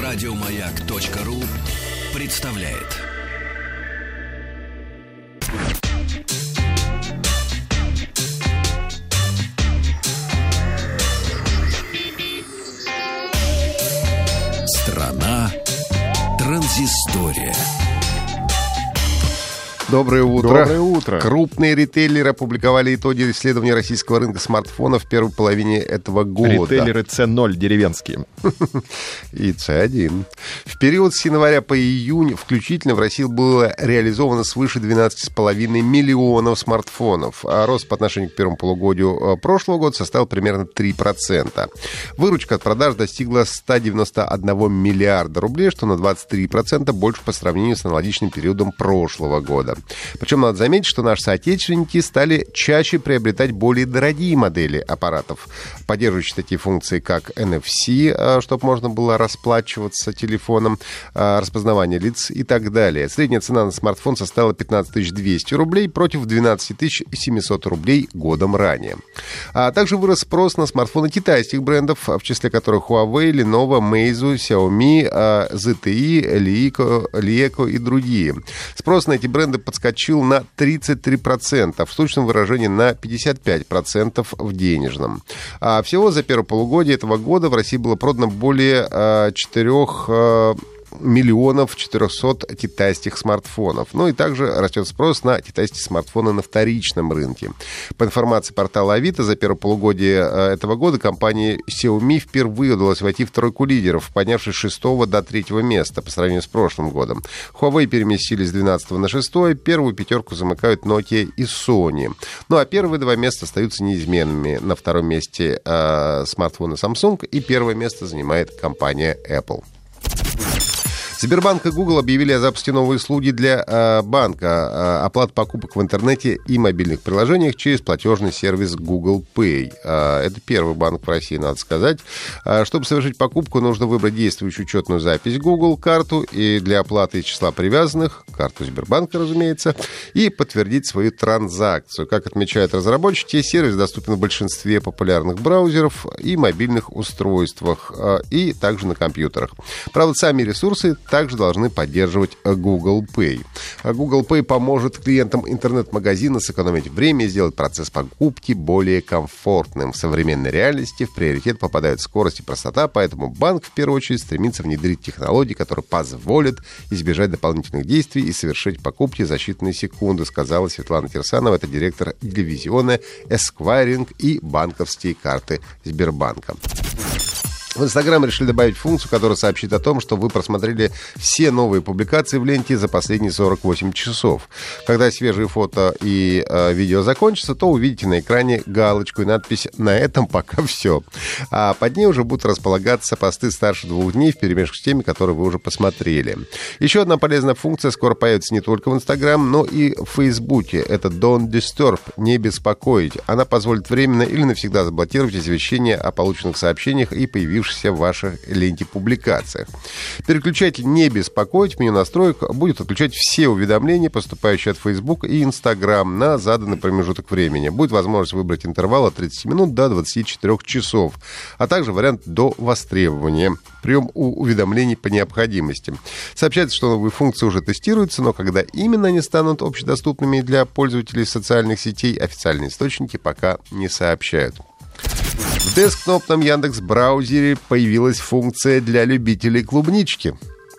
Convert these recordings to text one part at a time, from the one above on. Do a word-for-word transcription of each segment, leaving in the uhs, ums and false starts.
Радиомаяк.ру представляет. Страна транзистория. Доброе утро. Доброе утро. Крупные ритейлеры опубликовали итоги исследования российского рынка смартфонов в первой половине этого года. Ритейлеры Си ноль деревенские. И Си один. В период с января по июнь включительно в России было реализовано свыше двенадцать с половиной миллионов смартфонов. А рост по отношению к первому полугодию прошлого года составил примерно три процента. Выручка от продаж достигла сто девяносто один миллиарда рублей, что на двадцать три процента больше по сравнению с аналогичным периодом прошлого года. Причем надо заметить, что наши соотечественники стали чаще приобретать более дорогие модели аппаратов, поддерживающие такие функции, как эн эф си, чтобы можно было расплачиваться телефоном, распознавание лиц и так далее. Средняя цена на смартфон составила пятнадцать тысяч двести рублей против двенадцать тысяч семьсот рублей годом ранее. А также вырос спрос на смартфоны китайских брендов, в числе которых Huawei, Lenovo, Meizu, Xiaomi, зет ти и, Lenovo, Lenovo и другие. Спрос на эти бренды подскочил на тридцать три процента, в штучном выражении на пятьдесят пять процентов в денежном. А всего за первое полугодие этого года в России было продано более э, четырех э, миллионов четырехсот китайских смартфонов. Ну и также растет спрос на китайские смартфоны на вторичном рынке. По информации портала Авито, за первое полугодие этого года компании Xiaomi впервые удалось войти в тройку лидеров, поднявшись с шестого до третьего места по сравнению с прошлым годом. Huawei переместились с двенадцатого на шестое, первую пятерку замыкают Nokia и Sony. Ну а первые два места остаются неизменными. На втором месте э, смартфоны Samsung, и первое место занимает компания Apple. Сбербанк и Google объявили о запуске новой услуги для э, банка. Э, оплата покупок в интернете и мобильных приложениях через платежный сервис Google Pay. Э, это первый банк в России, надо сказать. Э, чтобы совершить покупку, нужно выбрать действующую учетную запись Google, карту и для оплаты из числа привязанных, карту Сбербанка, разумеется, и подтвердить свою транзакцию. Как отмечают разработчики, сервис доступен в большинстве популярных браузеров и мобильных устройствах, э, и также на компьютерах. Правда, сами ресурсы также должны поддерживать Google Pay. Google Pay поможет клиентам интернет-магазина сэкономить время и сделать процесс покупки более комфортным. В современной реальности в приоритет попадают скорость и простота, поэтому банк в первую очередь стремится внедрить технологии, которые позволят избежать дополнительных действий и совершить покупки за считанные секунды, сказала Светлана Кирсанова, это директор дивизиона Эсквайринг и банковские карты Сбербанка. В Инстаграм решили добавить функцию, которая сообщит о том, что вы просмотрели все новые публикации в ленте за последние сорок восемь часов. Когда свежие фото и э, видео закончатся, то увидите на экране галочку и надпись «На этом пока все». А под ней уже будут располагаться посты старше двух дней вперемешку с теми, которые вы уже посмотрели. Еще одна полезная функция скоро появится не только в Инстаграм, но и в Фейсбуке. Это «Don't Disturb» — «Не беспокоить». Она позволит временно или навсегда заблокировать извещения о полученных сообщениях и появившихся в вашей ленте публикациях. Переключатель «Не беспокоить» в меню настроек будет отключать все уведомления, поступающие от Facebook и Instagram, на заданный промежуток времени. Будет возможность выбрать интервал от тридцати минут до двадцати четырёх часов, а также вариант до востребования. Прием уведомлений по необходимости. Сообщается, что новые функции уже тестируются, но когда именно они станут общедоступными для пользователей социальных сетей, официальные источники пока не сообщают. В десктопном Яндекс.Браузере появилась функция для любителей клубнички.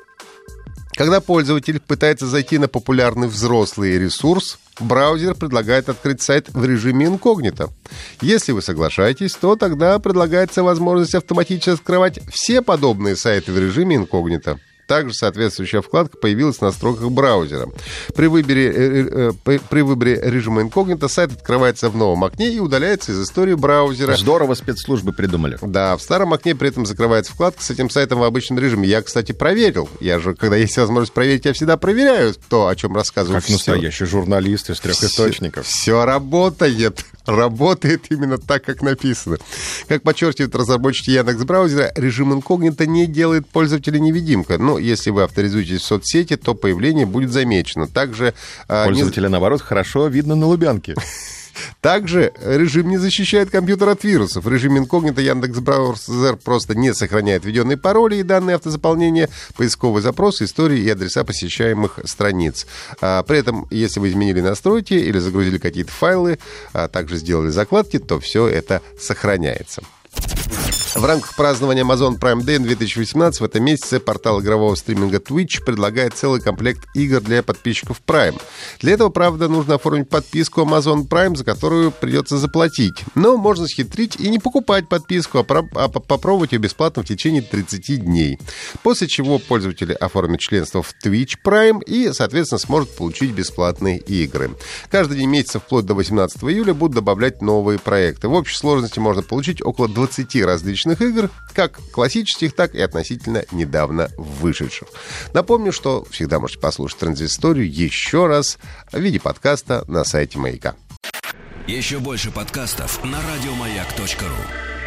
Когда пользователь пытается зайти на популярный взрослый ресурс, браузер предлагает открыть сайт в режиме инкогнито. Если вы соглашаетесь, то тогда предлагается возможность автоматически открывать все подобные сайты в режиме инкогнито. Также соответствующая вкладка появилась в настройках браузера. При выборе, э, э, при выборе режима инкогнито сайт открывается в новом окне и удаляется из истории браузера. Здорово спецслужбы придумали. Да, в старом окне при этом закрывается вкладка с этим сайтом в обычном режиме. Я, кстати, проверил. Я же, когда есть возможность проверить, я всегда проверяю то, о чем рассказываю. Как настоящий журналист из трех все, источников. Все работает. Работает именно так, как написано. Как подчеркивают разработчики Яндекс.Браузера, режим инкогнито не делает пользователя невидимкой. Но если вы авторизуетесь в соцсети, то появление будет замечено. Также пользователя, не... наоборот, хорошо видно на Лубянке. Также режим не защищает компьютер от вирусов. В режиме инкогнито Яндекс.Браузер просто не сохраняет введенные пароли и данные автозаполнения, поисковые запросы, истории и адреса посещаемых страниц. А, при этом, если вы изменили настройки или загрузили какие-то файлы, а также сделали закладки, то все это сохраняется. В рамках празднования Amazon Prime Day две тысячи восемнадцать в этом месяце портал игрового стриминга Twitch предлагает целый комплект игр для подписчиков Prime. Для этого, правда, нужно оформить подписку Amazon Prime, за которую придется заплатить. Но можно схитрить и не покупать подписку, а, про- а попробовать ее бесплатно в течение тридцати дней. После чего пользователи оформят членство в Twitch Prime и, соответственно, сможет получить бесплатные игры. Каждый день месяца вплоть до восемнадцатого июля будут добавлять новые проекты. В общей сложности можно получить около двадцати различных игр, как классических, так и относительно недавно вышедших. Напомню, что всегда можете послушать «Транзисторию» еще раз в виде подкаста на сайте Маяка. Еще больше подкастов на радиомаяк точка ру.